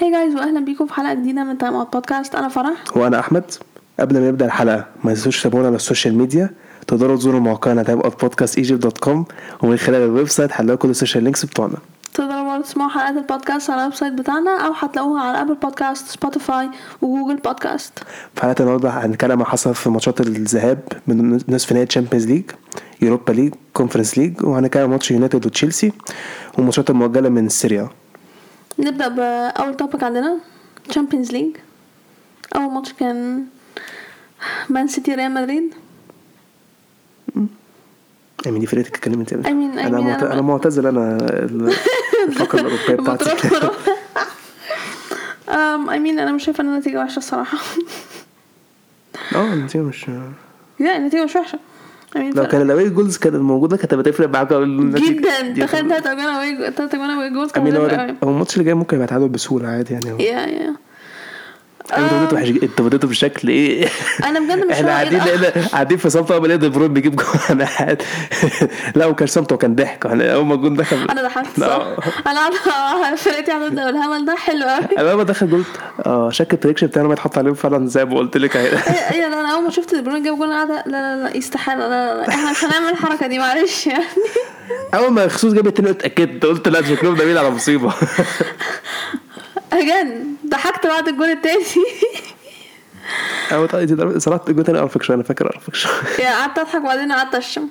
هاي جايز واهلا بيكم في حلقه جديده من تايم اوت بودكاست. انا فرح وانا احمد. قبل ما نبدا الحلقه ما تنسوش تتابعونا على السوشيال ميديا. تقدروا تزوروا موقعنا timeoutpodcastegypt.com ومن خلال الويب سايت هتلاقوا كل السوشيال لينكس بتوعنا. تقدروا برضه تسمعوا حلقات البودكاست على الويب سايت بتاعنا او هتلاقوها على ابل بودكاست، سبوتيفاي وجوجل بودكاست. في حلقه النهارده هنتكلم عن حصل في ماتشات الذهاب من نصف نهائي تشامبيونز ليج، يوروبا ليج، كونفرنس ليج، وهنتكلم عن ماتش يونايتد وتشيلسي والماتشات المؤجله من السيريا. نبدا باول توبيك عندنا تشامبيونز ليج. اول ماتش كان مان سيتي ريال مدريد. دي فرقتك اتكلمت يعني. انا معتزل انا الفقره الاوروبيه بتاعتي. انا مش شايفه ان النتيجه وحشه الصراحه. النتيجه مش النتيجه مش وحشه. لو كان الاوي جولز كانت موجوده كانت هتفرق معاك جدا. تخيل 3 اجوان جولز كان هيفرق. هو الماتش اللي جاي ممكن يبقى تعادل بسهوله عادي يعني. يا انت بديته بشكل ايه؟ انا بجد مش احنا قاعدين في صمت قبل دي بروين بيجيب جول. انا قاعد لا وكان صمت وكان ضحك. انا اول ما الجول دخل انا ضحكت صح. انا فرقتي عدد الهمل ده حلو قوي. انا ما دخل قلت شك التريكشن بتاعنا ما يتحط عليه فعلا زي ما قلت لك اهي. انا اول ما شفت بروين جاب جول قاعده لا يستحيل. لا احنا مش هنعمل الحركه دي معلش يعني. اول ما خصوص جاب التاني اتاكدت قلت لا شكلهم ده على مصيبه. اجن ضحكت بعد الجول التاني. صراحه الجول التاني ارفكشن. انا فاكر ارفكشن قعدت اضحك وبعدين قعدت اشم.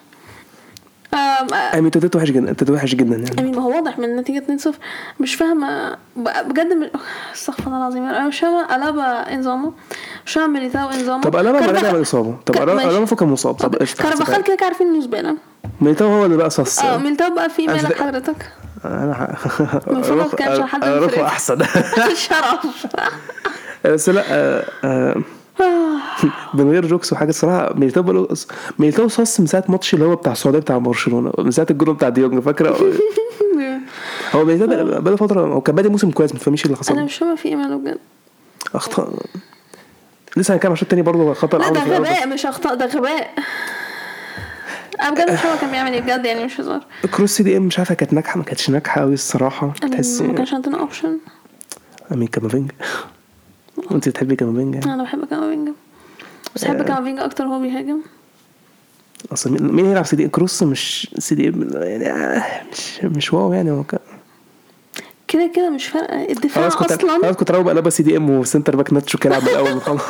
انت وحش جدا. انت وحش جدا يعني. ما هو واضح من نتيجه 2-0. مش فاهمه بجد. استغفر الله العظيم. انا مش فاهمه قلبه انظامه، مش فاهمه ميليتاو انظامه. طب قلبه ما رجع من اصابه. طب قلبه فوق مصاب. طب كارفاخال كده عارفين انه زباله. ميليتاو هو اللي بقى صص. ميليتاو بقى في مالك حضرتك. انا المفروض كانش حد اروح احسن. شرف. بس لا من غير جوكس وحاجه الصراحه. ميليتاو صص من ساعه ماتش اللي هو بتاع السعوديه بتاع برشلونه، من ساعه الجول بتاع ديونج فاكره. هو ميليتاو بقى فتره هو كان بادئ موسم كويس. ما فهميش اللي حصل. انا مش فاهمه في ايه ماله بجد. اخطاء لسه هنكمل عشان تاني برضه خطا. لا ده غباء مش اخطاء، ده غباء. انا بجد مش عارفه كان بيعمل ايه بجد يعني. مش هزار. كروس دي مش عارفه كانت ناجحه ما كانتش ناجحه قوي الصراحه. تحسي ما كانش عندنا اوبشن. كامافينجا. وانت بتحبي كامافينجا؟ انا بحب كامافينجا بس بحب كامافينجا اكتر هو بيهاجم. اصلا مين يلعب سي دي كروس مش سي دي يعني. مش واو يعني. هو كده مش فارقه الدفاع اصلا. انا كنت راوي بقى سي دي ام وسنتر باك ناتشو كان من الاول وخلاص.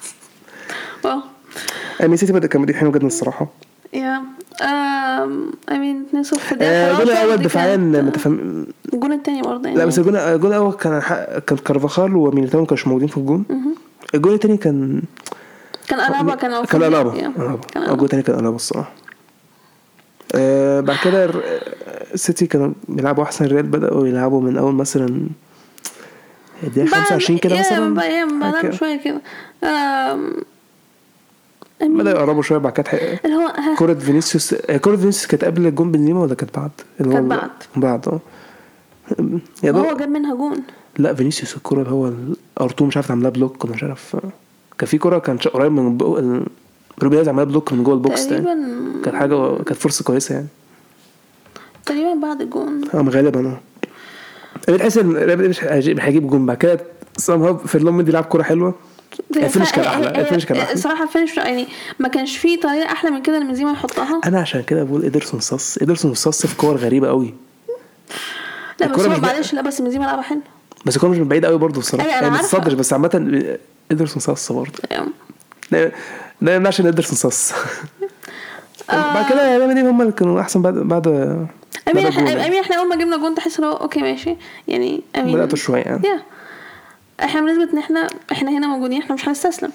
سيتي بدا كان حلو جدا الصراحه. نصف في الدقيقه الجول الاول دفاعيا متفاهم. الجول الثاني برضه يعني. لا بس الجول الاول كان كارفاخال وميليتاو ما كانوش موجودين في الجون. الجول الثاني كان قلابه. كان قلابه. الجول الثاني كان قلابه الصراحه. بعد كده السيتي كانوا بيلعبوا احسن. الريال بداوا يلعبوا من اول مثلا الدقيقه 25 كده مثلا. بعد شويه كده بدأ يقربوا شويه. بعد كده اللي هو كرة فينيسيوس كانت قبل الجون بنزيما ولا كانت بعد؟ كانت بعد هو جاب منها جون. لا فينيسيوس الكرة اللي هو ارتو مش عارف عملها بلوك ولا مش عارف. كان في كرة كان قريب من روبياز عملها بلوك من جوه البوكس تقريبا. كانت حاجه كانت فرصه كويسه يعني تقريبا بعد الجون. غالبا بتحس ان مش هيجيب جون. بعد كده في اللوم دي لعب كرة حلوه. الفينش كان احلى. الصراحه الفينش يعني ما كانش فيه طريقه احلى من كده لما زي ما يحطها. انا عشان كده بقول إيدرسون صص في كور غريبه قوي. لا بس هو معلش. لا بس زي ما لعبها حلو. بس الكوره مش من بعيد قوي برضه الصراحه يعني. ما تصدش بس عامه إيدرسون صص برضه. لا عشان إيدرسون صص. بعد كده يعني هم اللي كانوا احسن بعد احنا اول ما جبنا جون تحس انه اوكي ماشي يعني. بدأت شويه يعني. احنا بنثبت ان احنا هنا موجودين. احنا مش هنستسلم.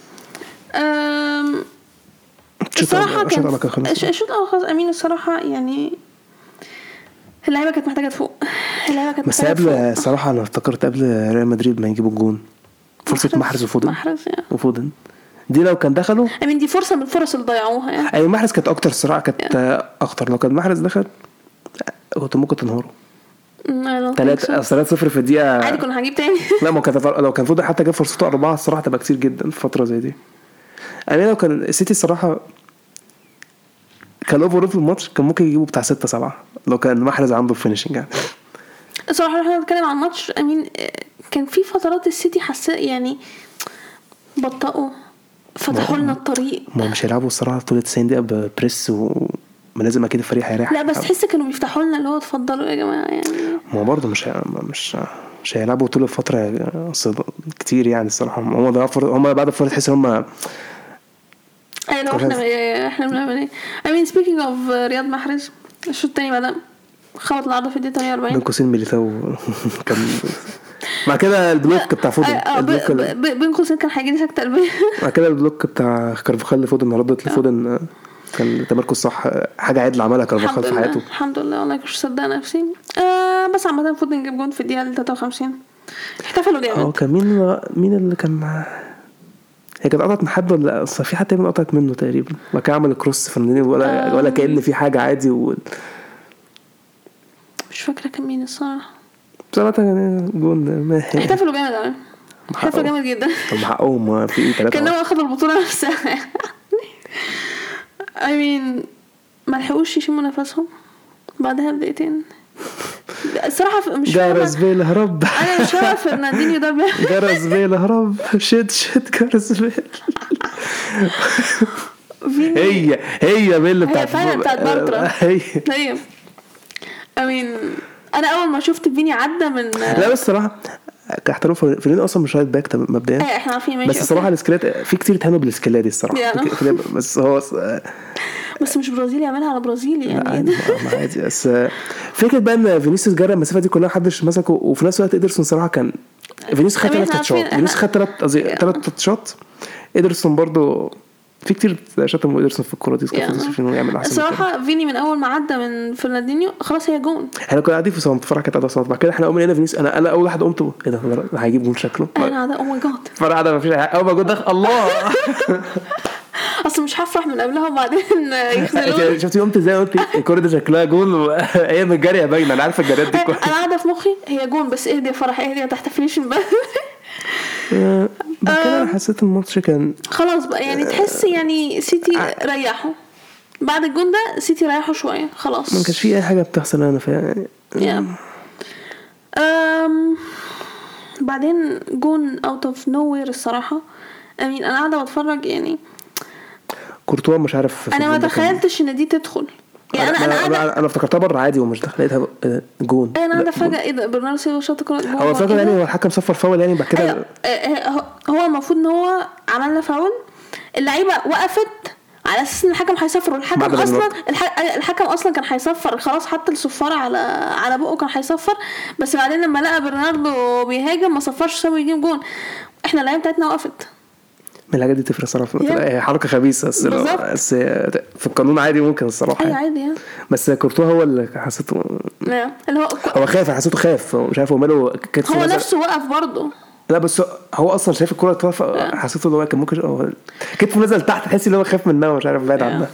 الصراحه الشوط الاول خلاص. الصراحه يعني اللعيبه كانت محتاجه تفوق. بس قبل الصراحه انا افتكرت قبل ريال مدريد ما يجيبوا الجون فرصه محرز وفودن دي لو كان دخلوا. دي فرصه من الفرص اللي ضيعوها يعني. ايوه محرز كانت اكتر صراحه. كانت اكتر. لو كان محرز دخل كنت ممكن تنهاروا 3-0 في الدقيقه عادي. كنا هنجيب تاني. لا ما كان لو كان فودن حتى جاب فرصته 4 الصراحه تبقى كتير جدا في فتره زي دي. لو كان السيتي الصراحه كان اوفر في الماتش كان ممكن يجيبوا بتاع 6-7 لو كان محرز عنده فينيشنج يعني. الصراحه احنا بنتكلم عن ماتش كان في فترات السيتي يعني بطئوا فتحوا لنا الطريق. ما مش هيلعبوا الصراحه طول 90 دقيقه ببريس ما لازم اكيد الفريق هيريح. لا بس تحس كانوا بيفتحوا لنا اللي هو اتفضلوا يا جماعه يعني. ما برضه مش هيلعبوا طول الفتره كتير يعني الصراحه. هم بعد الفرق تحس هم لو احنا بنعمل ايه. I mean speaking of رياض محرز الشوط الثاني بدأ خبط العرض في الدقيقه 48 بين قوسين ميليتاو كان مع كده البلوك بتاع فودن بين قوسين كان هيجي لي سكته قلبيه. مع كده البلوك بتاع كارفاخال لفودن ردت لفودن كان تمركز صح. حاجه عدل عملها كارفاخال في حياته الحمد لله. والله كنتش مصدق نفسي. بس عامه فودن جاب جون في الدقيقه 53 احتفلوا جامد. كان مين اللي كان هي كانت قطعت من حد ولا في حد من قطعت منه تقريبا ما كان عمل كروس فنانين ولا كأن في حاجه عادي مش فاكره كان مين الصراحه. بصراحه كان جون احتفلوا جامد قوي. احتفلوا جامد جدا. طب حقهم في ايه 3 كانوا اخذوا البطوله نفسها. I mean ما لحقوش يشموا نفسهم بعدها بدقيقتين الصراحه. مش جرس بيل هرب. انا مش عارف فرناندينيو ده جرس بيل هرب شد جرس بيل. هي بيل بتاعت بارترا. هي I mean انا اول ما شفت فيني عدى من لا بس الصراحه احترف فيني اصلا مش رايت باك مبدئيا. احنا عارفين ماشي. بس الصراحه السكيلات في كتير اتهموا بالسكيلات دي الصراحه. بس هو بس مش برازيلي يعملها على برازيلي يعني. عادي. بس فكره بقى ان فينيسيوس جرى المسافه دي كلها محدش مسكه. وفي نفس الوقت إدرسون صراحه كان فينيسيوس خد 3 تاتشات. فينيسيوس خد 3 تاتشات. إدرسون برضو في كتير شتم إدرسون في الكوره دي. فينيسيوس انه يعمل احسن صراحه. فيني من اول ما عدى من فرناندينيو خلاص هي جون. احنا كنا قاعدين في صوت فرح كده صوت بعد كده احنا قومنا هنا فينيسيوس. انا اول واحد قمت ايه ده هيجيب جون شكله. انا ده او ماي جاد فرح ده مفيش اول ما جون دخل الله. اصلا مش هفرح من قبلها وبعدين يخذلوا. شفتي قمت ازاي قلت الكوره دي شكلها جون. ايام الجري باينه انا عارفه الجريات دي كويس. انا قاعده في مخي هي جون بس اهدي يا فرح اهدي ما تحتفليش بقى. بعد كده حسيت الماتش كان خلاص بقى يعني تحس يعني سيتي ريحوا بعد الجون ده. سيتي ريحوا شويه خلاص ما كانش في اي حاجه بتحصل انا فاهم يعني. بعدين جون اوت اوف نو وير الصراحه. انا قاعده بتفرج يعني كورتوا مش عارف. انا ما تخيلتش ان دي تدخل يعني. انا افتكرتها بره عادي ومش دخلتها جون. انا قاعده فجاه ايه ده برناردو سيلفا شاط الكوره جون. هو فاكر يعني هو الحكم صفر فاول يعني بعد كده. هو المفروض ان هو عملنا فاول. اللعيبه وقفت على اساس ان الحكم هيصفر. الحكم اصلا كان هيصفر خلاص. حط الصفاره على بقه كان هيصفر. بس بعدين لما لقى برناردو بيهاجم ما صفرش سابه يجيب جون. احنا اللعيبه بتاعتنا وقفت. من الحاجات دي تفرق صراحه. هي حركه خبيثه بس في القانون عادي ممكن الصراحه. اي عادي يعني. بس كورتوا هو اللي حسيته اللي هو خايف. حسيته خاف مش عارف هو ماله كتف. هو نفسه وقف برضه. لا بس هو اصلا شايف الكوره اتوقف. حسيته ان هو كان ممكن كتفه نزل تحت تحس ان هو خايف منها ومش عارف بعيد عنها.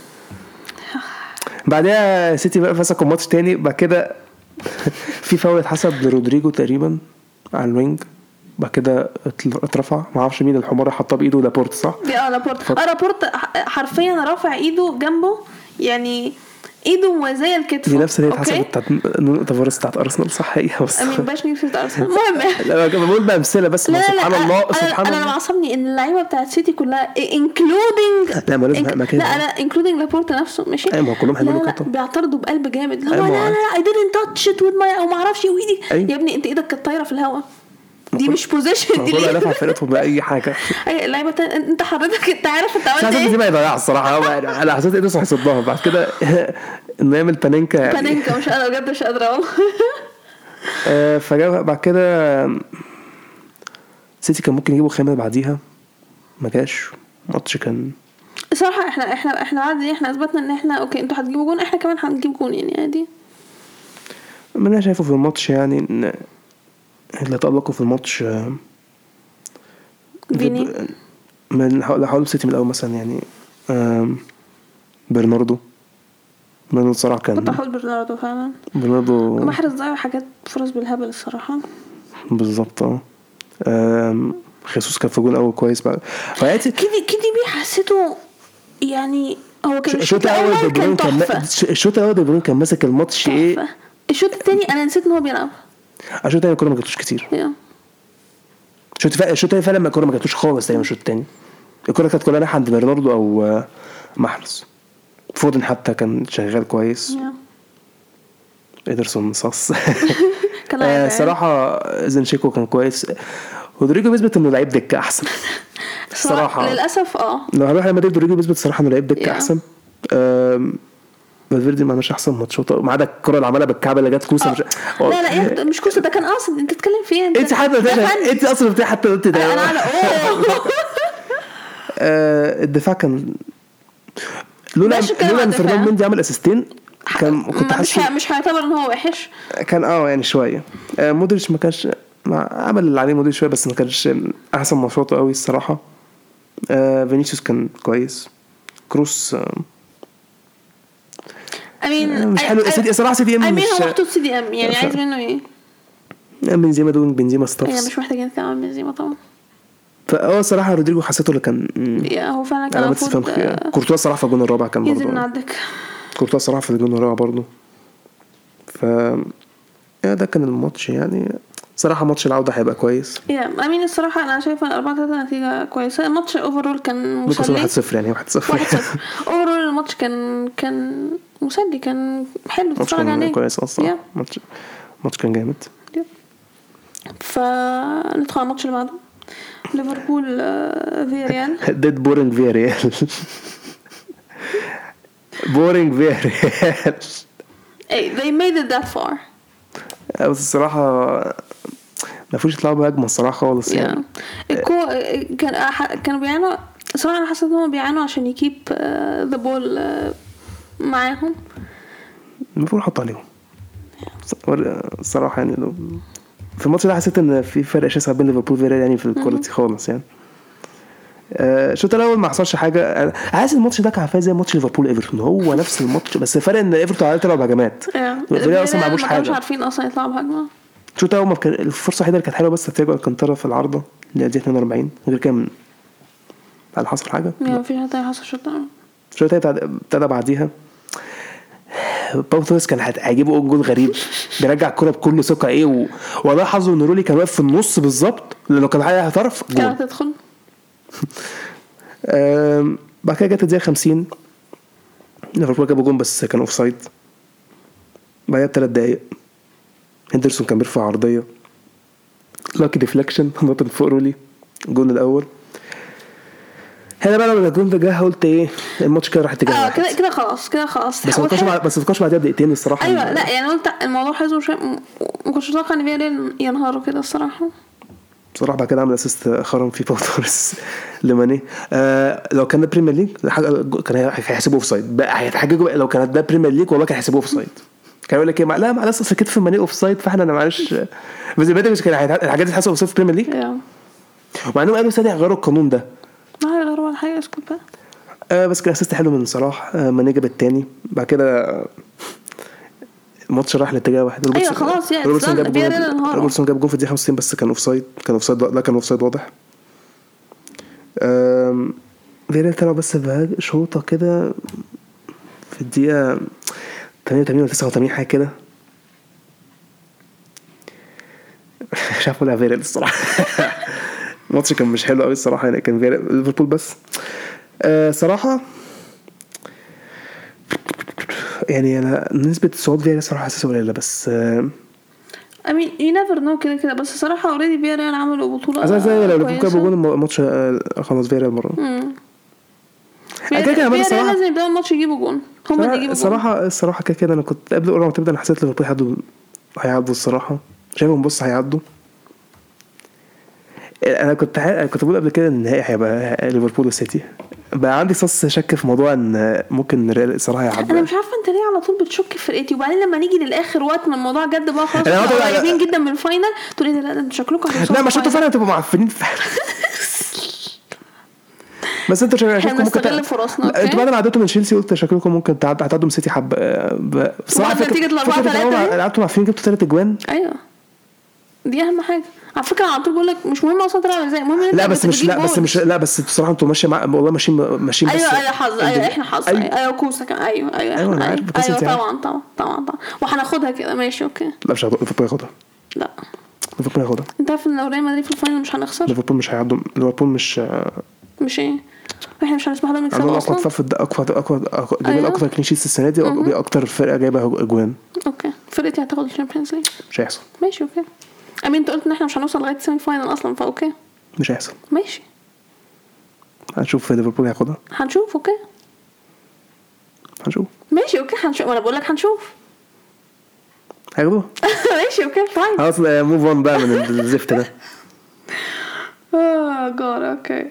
بعدها سيتي بقى فسكوا ماتش تاني. بعد كده في فاول اتحسب لرودريجو تقريبا على الوينج. بعد كده اترفع ما اعرفش مين الحمار حطها بايده. لابورت صح. لابورت حرفيا رافع ايده جنبه يعني ايده موازيه الكتف. دي نفس اللي اتحسبت بتاعت تافاريس بتاعت ارسنال صح. هي بس باش نجيب سيره ارسنال. المهم لا بقول بامثله بس سبحان الله سبحان الله. انا معصبني ان اللعيبه بتاعت سيتي كلها انكلودينج. لا ما لازم ما كده. لا انا انكلودينج لابورت نفسه ماشي. ايوه ما كلهم هيعملوا كده. بيعترضوا بقلب جامد. لا I didn't touch it with my او ما اعرفش وايدي. يا ابني انت ايدك كانت طايره في الهواء. دي مش بوزيشن. دي ليه دافع فرقتهم باي حاجه. اي اللعيبه انت حضرتك انت عارف انت عملت ايه. دي ما يضيع الصراحه. انا حسيت ايده هيصدها بعد كده انه يعمل بانينكا يعني. مش قادره بجد مش قادره والله. فجاب بعد كده سيتي كان ممكن يجيبوا خامه بعديها ما جاش. ماتش كان صراحه احنا عادي. احنا اثبتنا ان احنا اوكي انتوا هتجيبوا جون احنا كمان هنجيب جون يعني عادي. انا شايفه في الماتش يعني ان اللي تألقوا في الماتش فيني من حوالي سيتي من الأول مثلا يعني. برناردو صراحة كان بتحول برناردو فعلا. برناردو محرز ضيع حاجات فرص بالهبل الصراحة. بالظبط. خيسوس كان في جون أول كويس بقى. كده بيحسيته يعني. هو كان الشوط الأول دي بروين كان ماسك الماتش ايه. الشوط الثاني أنا نسيت إن هو بيلعب. الشوط الثاني كنا ما جبتوش كتير. الشوط الثاني فعلا ما الكوره ما جاتوش خالص تاني. الشوط الثاني الكوره كانت كلها رايحه عند برناردو او محرز. فودن حتى كان شغال كويس. إيدرسون صص صراحه زنشيكو كان كويس. رودريجو بيثبت انه لعيب دكه احسن الصراحه للاسف. لو هروح لمدريد رودريجو بيثبت صراحه انه لعيب دكه احسن. فالفيردي ما عملش احسن ماتشات ما عدا الكره اللي عملها بالكعب اللي جت كوسه. لا مش كوسه، ده كان قاصد. انت تتكلم فيه انت حتى انت اصلا بتاع حتى قلت ده. انا على الدفاع كان لولا ان فرناندو مندي عمل اسيستين كنت حاسس مش هيعتبر ان هو وحش. كان يعني شويه. مودريتش ما كانش عمل اللي عليه مودريتش شويه بس ما كانش احسن ماتشاته قوي الصراحه. فينيسيوس كان كويس. كروس مش حلو. صراحه سي دي ام مش هو محطوط سي دي ام يعني عايز منه ايه؟ بنزيما بنزيما ستافس مش محتاجين كمان بنزيما طبعا. صراحه رودريجو حسيته اللي كان هو فعلا كان المفروض. كورتوا صراحه في الجون الرابع كان برضه ينزل من عندك. كورتوا صراحه في الجون الرابع برضه. ده كان الماتش يعني. صراحه ماتش العوده هيبقى كويس. الصراحه انا شايفه 4-3 نتيجه كويسه. الماتش اوفرول كان مسلي. 1-0 يعني 1-0 اوفرول الماتش كان مسلي، كان حلو تتفرج عليه. كويس اصلا. ماتش كان جامد. فندخل على الماتش اللي بعده ليفربول فياريال. ديد بورينج فياريال. بورينج فياريال. they made it that far. بس الصراحه ما فيش يطلعوا بهجمه الصراحه خالص يعني. كانوا بيعانوا صراحه. انا حسيت انهم بيعانوا عشان يكيب ذا بول معاهم. المفروض يحط عليهم الصراحه يعني. في الماتش ده حسيت ان في فرق شاسع بين ليفربول وفياريال يعني في الكواليتي خالص يعني. الشوط الاول ما حصلش حاجه. عايز الماتش ده كان زي ماتش ليفربول ايفرتون. هو نفس الماتش بس الفرق ان ايفرتون على طلعوا بهجمات. فياريال اصلا ما عملوش حاجه. مش عارفين اصلا يطلعوا بهجمه. الشوط الاول الفرصه الوحيده اللي كانت حلوه بس تياجو الكانتارا في العارضه اللي دي 42 غير كده هل حصل حاجه؟ في حاجه حصل. الشوط الثاني ابتدى بعديها باو توريس كان هيجيبوا جول غريب بيرجع الكره بكل ثقه والله حظه ان رولي كان واقف في النص بالظبط لانه كان عليها طرف كانت تدخل. بعد كده جت الدقيقه 50 ليفربول جابوا جول بس كان اوفسايد. بعدها ب3 دقايق هندرسون كان بيرفع عرضيه لاكي ديفليكشن نطت فوق رولي الجول الاول. هنا بقى لما الجول ده جه قلت ايه الماتش كده راح اتجاه كده خلاص بس ما كانش بعدها بدقيقتين الصراحه. لا يعني قلت الموضوع حزو شويه. ما كنتش اتوقع ان فياريال ينهاروا كده الصراحه. بصراحه بعد كده عمل اسيست خرم في باو توريس لماني. لو كان بريمير ليج كان هيحسبوه اوفسايد بقى. هيتحججوا لو كانت ده بريمير ليج والله كان هيحسبوه اوفسايد. كان يقول لك ايه لا معلش اصل كتف ماني اوفسايد فاحنا انا معلش بس البدايه مش كان الحاجات دي تحسب اوفسايد في بريمير ليج. ومع انهم قالوا سادة يغيروا القانون ده. ما هيغيروا ولا حاجه اسكت بقى. بس كان اسيست حلو من صلاح. ماني جاب الثاني بعد كده الماتش راح لاتجاه واحد. خلاص يعني روبرتسون جاب جول في الدقيقه 65 بس كان اوفسايد. كان اوفسايد واضح. فياريال طلعوا بس شوطه كده في الدقيقه 88 و 89 حاجه كده. شافوا لا فياريال الصراحه. الماتش كان مش حلو قوي الصراحه يعني. كان ليفربول بس صراحه يعني انا نسبه صعود فياريال صراحه حاسسها قليله بس you never know كده بس صراحه اوريدي فياريال عملوا بطوله زي لو ليفربول جابوا جول ماتش خلاص فياريال مره. فياريال لازم يبداوا الماتش يجيبوا جول. هم اللي يجيبوا الصراحه كده انا كنت قبل الاولى ما تبدا انا حسيت ليفربول هيعدوا الصراحه. شايفهم بص هيعدوا. انا كنت بقول قبل كده ان النهائي هيبقى ليفربول والسيتي. بقى عندي صوص شك في موضوع ان ممكن ريال الصراحه يعدي. انا مش عارفه انت ليه على طول بتشك في فرقتي وبعدين لما نيجي للاخر وقت من الموضوع جد بقى خلاص قريبين جدا من الفاينل تقول ايه لا انت شكلكم لا مش انتوا فعلا تبقوا معفنين فعلا. بس انت شكلكم ممكن انتوا بعد ما عدتوا من تشيلسي قلت شكلكم ممكن تعدوا من سيتي حب بصراحه فكره 4-3 لعبتوا عارفين جبتوا 3 اجوان. ايوه دي اهم حاجه على فكره. على طول بقول لك مش مهم اصلا تلعب ازاي. المهم لا بس بصراحه انتوا ماشيه والله ماشيين ايوه حظ. ايوه احنا حظ. ايوه كوسه كان ايوه طبعا وهناخدها كده ماشي اوكي. لا مش هاخدها. لا ليفربول هياخدها. انت عارف ان لو ريال مدريد في الفاينل مش هنخسر. ليفربول مش هيعدوا. ليفربول مش ايه احنا مش هنسمح لهم يكسبوا اصلا. اقوى جايبين اكتر كلين شيتس السنه دي اكتر فرقه جايبه اجوان. اوكي فرقتي هتاخد الشامبيونز ليج. مش هيحصل. ماشي اوكي. امين انت قلت ان احنا مش هنوصل لغايه السيمي فاينل اصلا فاوكي مش هيحصل. ماشي هنشوف ليفربول هياخدها. هنشوف اوكي هنشوف. ماشي اوكي هنشوف. انا بقول لك هنشوف هياخدوها. ماشي اوكي فاين. خلاص موف اون بقى من الزفت ده. جاد اوكي.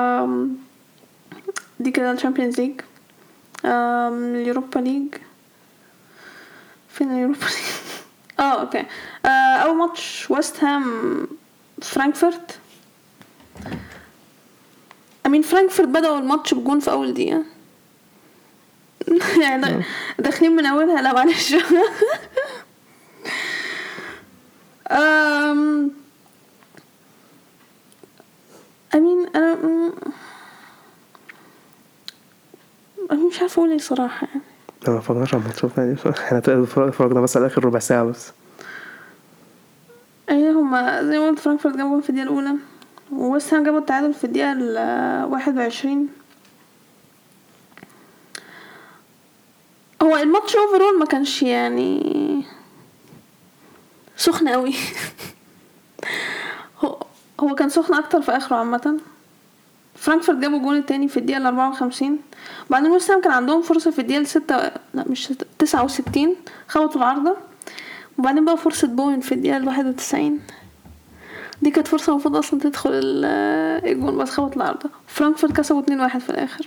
دي كده الشامبيونز ليج. اليوروبا ليج فين اليوروبا ليج؟ اوكي. اول ماتش ويست هام فرانكفورت. امين فرانكفورت بدأوا الماتش بجون في اول دقيقة. يعني داخلين من اولها. لا معلش. امين انا مش عارفه اقول ايه صراحه يعني. ما فكرناش على الماتش يعني. احنا اتفرجنا بس على اخر ربع ساعه بس. ايه هما زي ما قلت فرانكفورت جابوا في الدقيقه الاولى وويست هام جابوا التعادل في الدقيقه 21. هو الماتش اوفرول ما كانش يعني سخن قوي. هو كان سخن اكتر في اخره عامه. فرانكفورت جابوا الجون التاني في الدقيقه 54. بعدين ويست هام كان عندهم فرصه في الدقيقه 69 خبطوا العارضه. وبعدين بقى فرصه بوين في الدقيقه 91. دي كانت فرصه المفروض اصلا تدخل الجون بس خبط العارضه. فرانكفورت كسبوا 2-1 في الاخر.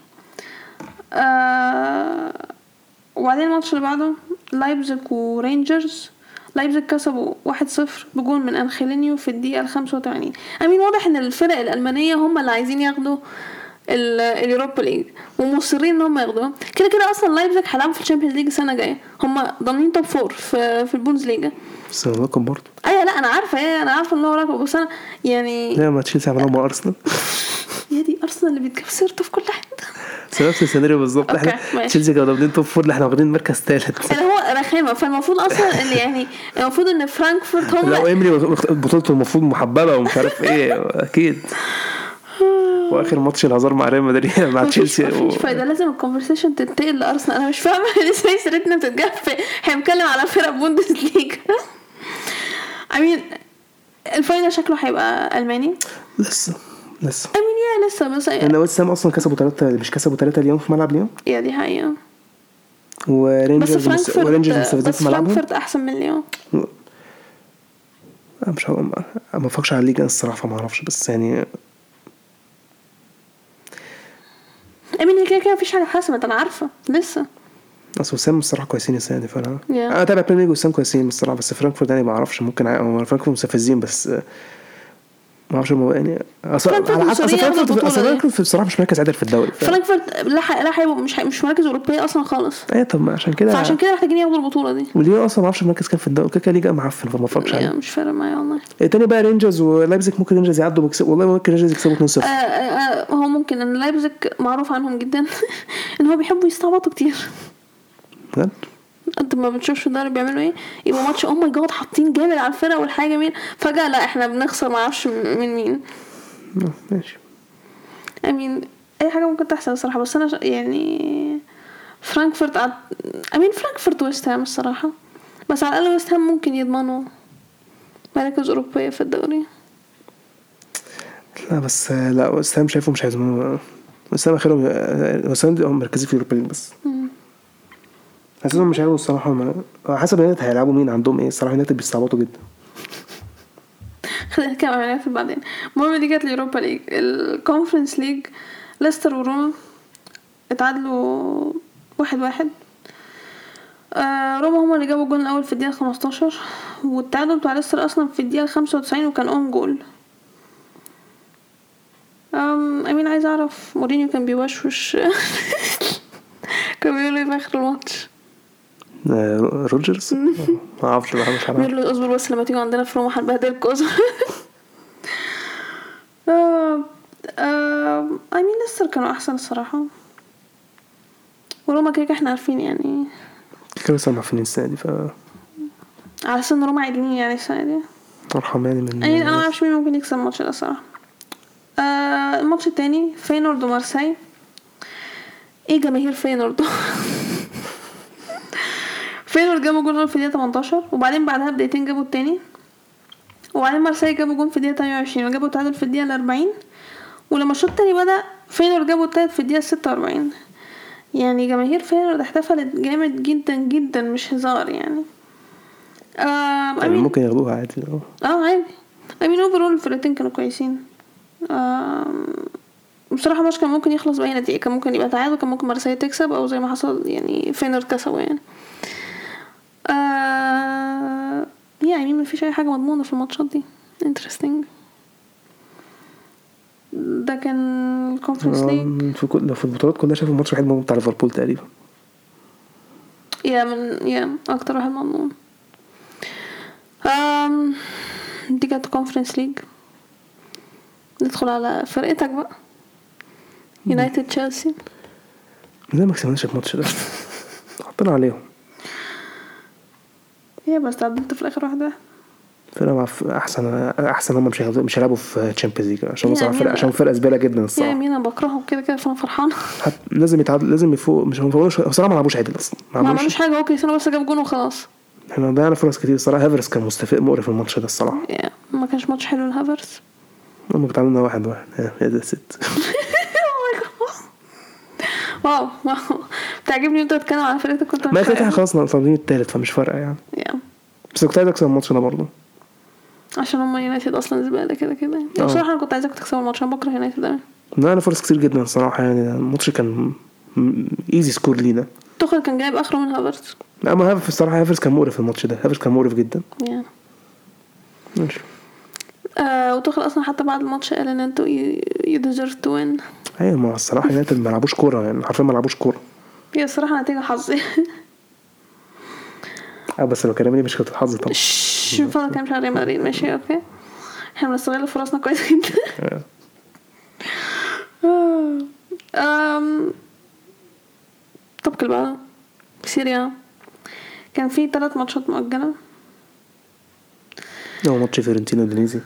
وبعدين الماتش اللي بعده لايبزيج ورينجرز. لايبزيج كسبوا 1-0 بجون من أنخيلينيو في الدقيقة 85. أمين واضح إن الفرق الألمانية هم اللي عايزين ياخدوا اليوروبا ليج ومصرين إن هم ياخدوها. كده أصلا لايبزيج هيلعبوا في الشامبيونز ليج السنة الجاية. هم ضامنين توب 4 في البوندس ليجا. بس رقم برضه. أيوة لا أنا عارفة أنا عارفة إن هو رقم بس أنا يعني. لا ما تشيلسي عملوا مع أرسنال. يا دي أرسنال اللي بتجيب سيرته في كل حتة. نفس السيناريو بالظبط. احنا تشيلسي كانوا واخدين توب 4 اللي احنا واخدين مركز ثالث. اللي هو رخامه. فالمفروض اصلا اللي يعني المفروض ان فرانكفورت هم لو امري بطولته المفروض محببه ومش عارف ايه اكيد. واخر ماتش الهزار مع ريال مدريد مع تشيلسي مش فايده. لازم الكونفرسيشن تنتقل لارسنال. انا مش فاهمه ازاي سيرتنا بتتجاب. احنا بنتكلم على فرق بوندس ليج. امين الفاينل شكله هيبقى الماني. لسه امين يا لسه بس انا ويست هام اصلا كسبوا 3 مش كسبوا 3 اليوم في ملعب ليون. يا دي حقيقه. ورينجرز مستفزين في ملعبهم. فرانكفورت احسن من ليون. مش ما بفكرش على الليجا الصراحه فما اعرفش بس يعني امين كده مفيش حاجه حاسمه انا عارفه لسه. اصل وسام الصراحه كويسين السنه دي فانا اتابع بريمير ليج وسام كويسين الصراحه. بس فرانكفورت يعني ما اعرفش ممكن فرانكفورت مستفزين بس ما اعرفش يعني فرانكفورت بصراحه مش مركز عادل في الدوري. فرانكفورت لا مش مركز اوروبي اصلا خالص. طب ما عشان كده محتاجين ياخدوا البطوله دي. وليه اصلا ما اعرفش مركز كام في الدوري كده ليجا معفن فما افهمش عليه. مش فارق معايا والله. تاني بقى رينجرز ولايبزيج. ممكن رينجرز يعدوا والله ممكن رينجرز يكسبوا 2-0. هو ممكن ان لايبزيج معروف عنهم جدا ان هو بيحبوا يستعبطوا كتير بجد. انت ما بتشوفش الدوري بيعملوا ايه. يبقى ماتش ماي جاد حاطين جامد على الفرقه والحاجه مين فجاه لا احنا بنخسر ما اعرفش من مين. ماشي. امين اي حاجه ممكن تحصل الصراحه بس انا يعني فرانكفورت ويست هام الصراحه. بس على الاقل ويست هام ممكن يضمنوا مراكز اوروبيه في الدوري. لا بس لا ويست هام شايفه مش هيضمنوا. ويست هام اخرهم ويست هام مركزين في اليوروبا ليج بس. حاسسهم مش هيلعبوا الصراحه. حسب النادي هيلعبوا مين عندهم ايه الصراحه. النادي بيستعبطوا جدا. خلينا نتكلم عنها في بعدين. المهم دي كانت اليوروبا ليج. الكونفرنس ليج ليستر وروما اتعادلوا 1-1. روما هما اللي جابوا الجول الاول في الدقيقه 15 والتعادل بتاع ليستر اصلا في الدقيقه 95 وكان اون جول. امين عايز اعرف مورينيو كان بيوشوش كان بيقول ايه في اخر الماتش. روجرز ما اعرفش بقى مش عارف. بيقول له اصبر بس لما تيجوا عندنا في روما هنبهدلكوا. امين ليستر كانوا احسن الصراحه وروما كده احنا عارفين يعني كانوا لسه معفنين السنه دي على اساس ان روما عادلين يعني السنه دي. ارحم يعني من انا ما اعرفش مين ممكن يكسب الماتش ده صراحه. الماتش التاني فينورد ومارسيل. ايه جماهير فينورد فينورد جابوا جول في الدقيقه 18 وبعدين بعدها بدقيقتين جابوا التاني وبعدين مارسيل جابوا جول في الدقيقه 28 وجابوا تعادل في الدقيقه 40 ولما الشوط التاني بدا فينورد جابوا التالت في الدقيقه 46. يعني جماهير فينورد احتفلت جامد جدا جدا مش هزار يعني. يعني ممكن ياخدوها عادي. عادي. اوفرول الفرقتين كانوا كويسين. بصراحه الماتش كان ممكن يخلص باي نتيجه. كان ممكن يبقى تعادل كان ممكن مارسيل تكسب او زي ما حصل يعني فينورد كسبوا يعني. يعني ما فيش اي حاجه مضمونه في الماتشات دي. انترستينج. ده كان الكونفرنس ليج. في البطولات كلها شايف الماتش واحد مضمون بتاع ليفربول تقريبا. اكتر واحد مضمون. دي كانت كونفرنس ليج. ندخل على فرقتك بقى يونايتد تشيلسي. لا ما كسبناش الماتش ده حطينا عليهم بس تعدلت في الاخر واحده. فرقه احسن هم مش هيلعبوا في تشامبيونز ليج عشان فرقه عشان فرقه زباله جدا الصراحه. انا بكرههم كده فانا فرحانه. لازم يتعادل لازم يفوق. مش مفوقوش بصراحه ما لعبوش عادل اصلا ما عملوش حاجه. اوكي سنه بس جاب جون وخلاص. احنا ضيعنا فرص كتير الصراحه. هافرس كان مقرف الماتش ده الصراحه. ما كانش ماتش حلو لهافرس. هم تعادلنا 1-1 يا ده ست. واو بتعجبني انت تتكلم على فرقتك. كنت ما كده خلاص ناقصين الثالث فمش فارقه يعني. بس كنت عايز اكسب الماتش ده برضه عشان هم يونايتد اصلا زباله كده. بصراحه انا كنت عايزك تكسب الماتش. انا بكره يونايتد ده. انا فرص كتير جدا الصراحه يعني. الماتش كان ايزي سكور لينا. توخل كان جايب اخره من هافرز. لا ما هافرز الصراحه هافرز كان مقرف في الماتش ده. هافرز كان مقرف جدا. ماشي. وتوخل اصلا حتى بعد الماتش قال ان انتوا you deserve to win. ايوه ما الصراحه يونايتد ما لعبوش كوره يعني حرفيا ما لعبوش كوره. هي الصراحه نتيجه حظي. بس لو كلامي مش كانت الحظ طبعا. شوف انا كان مش ريال مدريد ماشي اوكي. احنا بنستغل فرصنا كويس جدا. طب كل بعض سيريا كان في 3 ماتشات مؤجله. ماتش فيورنتينا ودينيزي.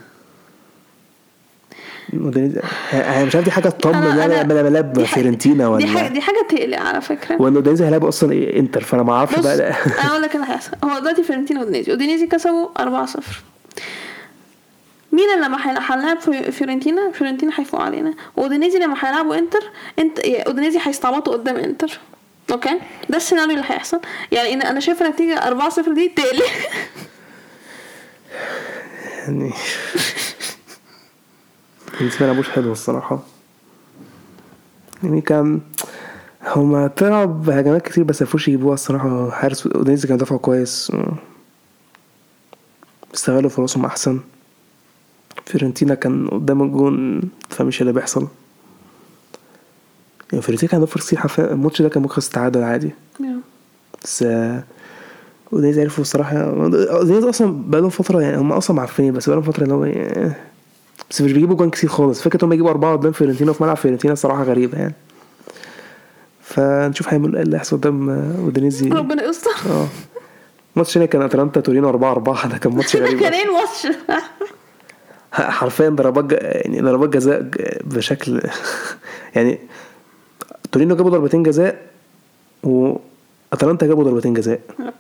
مش عارف دي حاجه تطمن يعني ملعب فيورنتينا ولا دي حاجه تقلق على فكره. وانه دينيزي هيلعب اصلا انتر فانا ما اعرفش بقى. انا اقول لك اللي هيحصل. هو دلوقتي فيورنتينا ودينيزي كسبوا 4-0. مين اللي لما هنلعب فيورنتينا هيفوق علينا. ودينيزي لما هيلعبوا انتر ودينيزي هيستعبطوا قدام انتر. اوكي ده السيناريو اللي هيحصل. يعني انا شايفه نتيجه 4-0 دي تقلق يعني. بالنسبه لي ابوش حلو الصراحه يعني. كان هما طلعوا بهجمات كتير بس مفوش يجيبوها الصراحه. حارس ودينيزي كان دفعه كويس. استغلوا فرصهم احسن. فيورنتينا كان قدام الجون فمش اللي بيحصل يعني. فيورنتينا كان فرص كتير حرفيا. الماتش ده كان ممكن تعادل عادي. بس ودينيزي عرفوا الصراحه. دينيزي اصلا بقالهم فتره يعني. هم اصلا عارفين بس بقالهم فتره اللي هو بس مش بيجيبوا جوان كتير خالص. فكرة هم يجيبوا 4 قدام فيورنتينا في ملعب فيورنتينا صراحة غريبة يعني. فنشوف هيعملوا ايه اللي هيحصل قدام ودينيزي. ربنا يستر. ماتش هنا كان اتلانتا تورينو 4-4. ده كان ماتش غريب. كان ايه الماتش حرفيا ضربات جزاء بشكل يعني. تورينو جابوا ضربتين جزاء واتلانتا جابوا ضربتين جزاء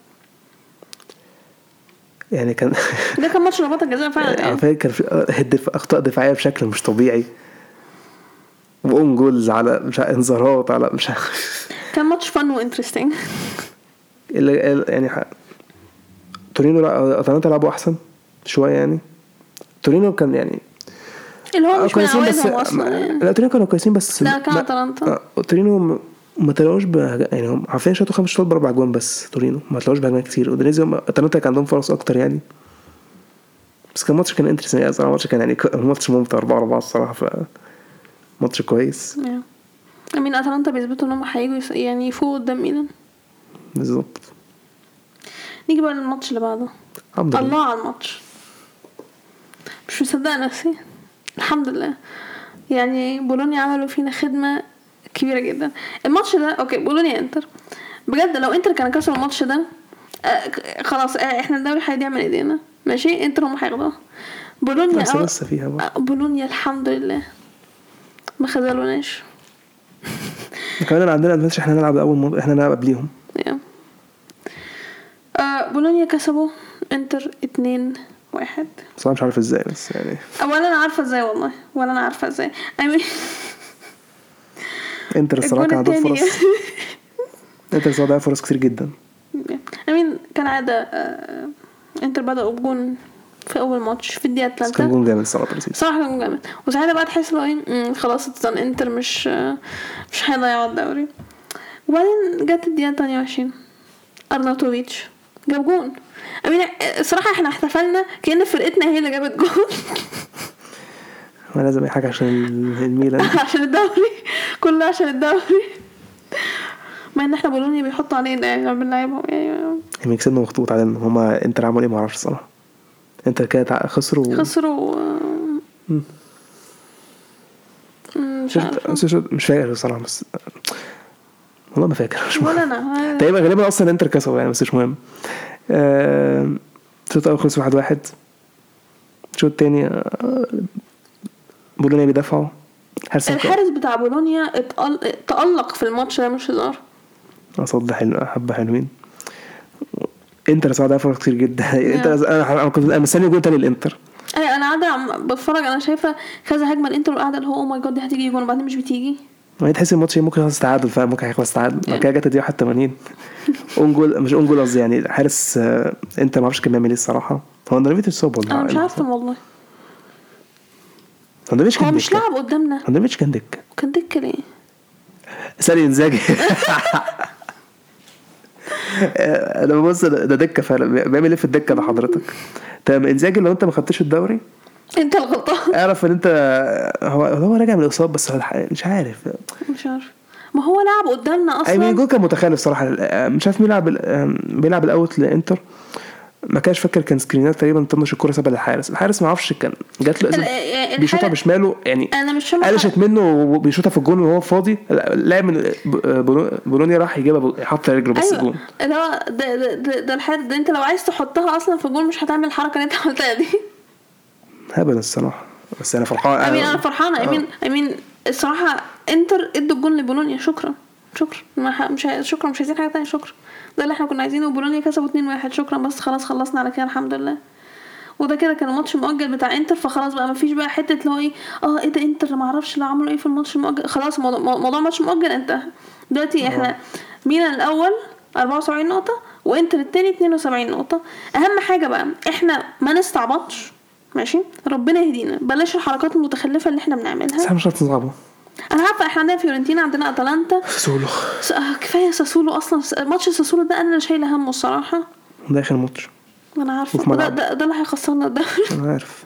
يعني. كان ده كان ماتش ضربات الجزاء فعلا يعني. كان في اخطاء دفاعيه بشكل مش طبيعي. وأون جولز على مش انذارات على مش كان ماتش فن وانترستينج يعني. تورينو اتلانتا لعبوا احسن شويه يعني. تورينو كان يعني اللي هو مش معودهم اصلا يعني. لا تورينو كانوا كويسين بس لا كان اتلانتا. تورينو ما طلعوش يعني. هم عارفين شاطوا 5 شوط ب4 جوان بس. تورينو ما طلعوش بهجمات كتير. ودينيزي اتلانتا كان عندهم فرص اكتر يعني. بس كان ماتش كان انترستنج يعني. الماتش كان يعني ماتش ممتع 4-4 الصراحه. ماتش كويس. امين اتلانتا بيثبتوا انهم هيجوا يعني يفوقوا قدام ميلان بالظبط. نيجي بقى للماتش اللي بعده. الله على الماتش. مش مصدق نفسي. الحمد لله يعني. بولونيا عملوا فينا خدمه كبيره جدا. الماتش ده اوكي بولونيا انتر بجد. لو انتر كان كسر الماتش ده خلاص احنا الدوري هيضيع من ايدينا. ماشي انتر هم هياخدوها. بولونيا لسه فيها بقى. بولونيا الحمد لله ما خذلوناش. كمان عندنا ادفانتج احنا نلعب اول احنا نلعب قبليهم. بولونيا كسبوا انتر 2-1. بس انا مش عارف ازاي بس يعني ولا انا عارفه ازاي والله ولا انا عارفه ازاي. انتر الصراحه كان عنده فرص. انتر الصراحه فرص كتير جدا. كان عاده انتر بدأوا بجون في اول ماتش في الدقيقه 3. كان جون جامد صراحه كان جامد. وساعتها بقى تحس لو خلاص انتر مش هيضيعوا الدوري. وبعدين جت الدقيقه 22 ارناوتوفيتش جاب جون. الصراحه احنا احتفلنا كأن فرقتنا هي اللي جابت جون. ما لازم اي حاجه عشان الميلان. عشان الدوري كله عشان الدوري. ما ان احنا بولونيا بيحطوا علينا يعني بنلعبهم يعني كسبنا مخطوط علينا. هما انتر عملوا ايه ما اعرفش الصراحه. انتر كده خسروا مش فاكر الصراحه بس والله ما فاكر مش ولا انا تقريبا غالبا اصلا انتر كسبوا يعني بس مش مهم. الشوط الاول خلص 1-1. الشوط الثاني بولونيا بيدافعوا. الحارس بتاع بولونيا تألق في الماتش ده مش هزار. صد حبه حلوين. انتر صعد فرق كتير جدا. انت انا كنت مستني جول تاني الانتر. انا قاعده بتفرج انا شايفه كذا هجمه الانتر وقاعده اللي هو او ماي جاد دي هتيجي جول وبعدين مش بتيجي. ما تحس الماتش ممكن يخلص تعادل فممكن هيخلص تعادل بعد كده جت دي 81 اون جول مش اون جول قصدي يعني حارس انت ما اعرفش كان بيعمل ايه الصراحه. هو اندريفيتش اتصاب ولا انا مش عارفه والله. اندريفيتش كان مش لاعب قدامنا. اندريفيتش كان دكه ليه سالي انزاجي. انا ببص ده دكه فعلا بيعمل ايه في الدكه ده حضرتك. طب انزاجي لو انت ما خدتش الدوري انت الغلطان. اعرف ان انت هو راجع من الاصابه بس مش عارف ما هو لعب قدامنا اصلا. اي جول كان متخلف صراحه. مش عارف مين بيلعب الاوت لانتر ما كانش فاكر كان سكرينات تقريبا طنش الكره سابها للحارس. الحارس ما عرفش كان جات له بيشوطها بشماله يعني انا مش فاهمه قلشت منه وبيشوطها في الجون وهو فاضي. لاعب من بولونيا راح يجيبها يحط رجله بس الجون. أيوة. ده الحارس ده انت لو عايز تحطها اصلا في الجون مش هتعمل الحركه اللي انت عملتها دي. هبل الصراحه بس انا فرحان. انا فرحانه. الصراحه انتر ادوا الجون لبولونيا. شكرا مش عايزين حاجه تانية. شكرا ده اللي احنا كنا عايزينه. وبولونيا كسبوا 2-1. شكرا بس خلاص خلصنا على كده الحمد لله. وده كده كان الماتش المؤجل بتاع انتر فخلاص بقى مفيش بقى حته اللي هو ايه ده انتر ما اعرفش لا عملوا ايه في الماتش المؤجل. خلاص موضوع الماتش المؤجل انتهى. دلوقتي احنا ميلان الاول 74 نقطه وانتر الثاني 72 نقطه. اهم حاجه بقى احنا ما نستعبطش ماشي. ربنا يهدينا بلاش الحركات المتخلفه اللي احنا بنعملها. مش هتصعبوا. انا عارفه احنا عندنا فيورنتينا عندنا اتلانتا ساسولو. كفايه ساسولو اصلا. ماتش ساسولو ده انا اللي شايله همه الصراحه. ده اخر ماتش انا عارفه ده اللي هيخسرنا ده. انا عارف.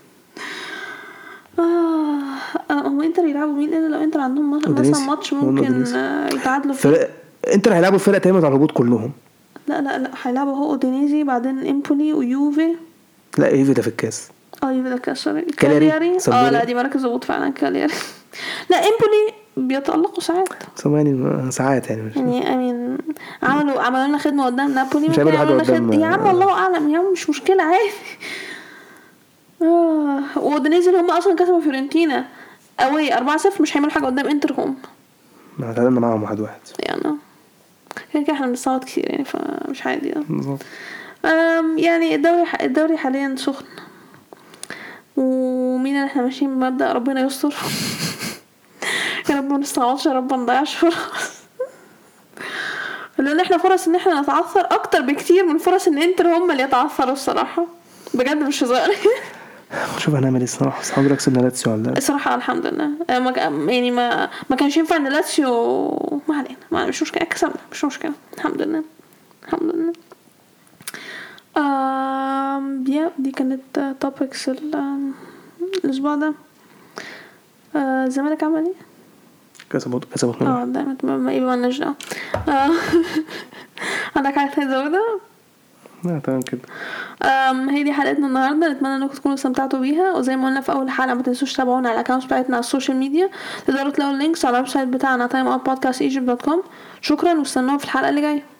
هم انتر يلعبوا مين الا لو انتر عندهم مثلا ماتش ممكن يتعادلوا فيه. انتر هيلعبوا فرق تانية على الهبوط كلهم. لا هيلعبوا هو اودينيزي بعدين امبولي ويوفي. لا يوفي ده في الكاس. يوفي ده كاس كالياري. لا دي مركز هبوط فعلا كالياري. لا امبولي بيتألقوا ساعات يعني عملوا لنا خدمه قدام نابولي. مش هيعملوا حاجه قدام يا عم الله اعلم يا عم مش مشكله عادي. ودنيزل هم اصلا كسبوا فيورنتينا اوي 4-0 مش هيعملوا حاجه قدام انتر. هم ما تعادلنا معاهم 1-1 يعني كده احنا بنصوت كتير يعني فمش عادي بالظبط. يعني الدوري حاليا سخن. ومين اللي احنا ماشيين بمبدأ ربنا يستر. يا رب ما نستعوضش يا رب ما نضيعش فرص. لان احنا فرص ان احنا نتعثر اكتر بكتير من فرص ان انتر هم اللي يتعثروا الصراحه بجد مش هزار. شوف هنعمل ايه الصراحه. اصحابي كسبنا لاتسيو ولا الصراحه الحمد لله. يعني ما كانش ينفع ان لاتسيو ما علينا مش مشكله كسبنا مش مشكله الحمد لله. دي كانت توبكس الاسبوع ده. الزمالك عمل ايه؟ كسبوا دايما ما يبقى لناش دعوه. عندك حاجه تزودها؟ لا تمام كده. هي دي حلقتنا النهارده. نتمنى انكم تكونوا استمتعتوا بيها وزي ما قلنا في اول حلقه ما تنسوش تتابعونا على الاكونت بتاعتنا على السوشيال ميديا. تقدروا تلاقوا اللينكس على الويب سايت بتاعنا timeoutpodcastegypt.com. شكرا واستنونا في الحلقه اللي جايه.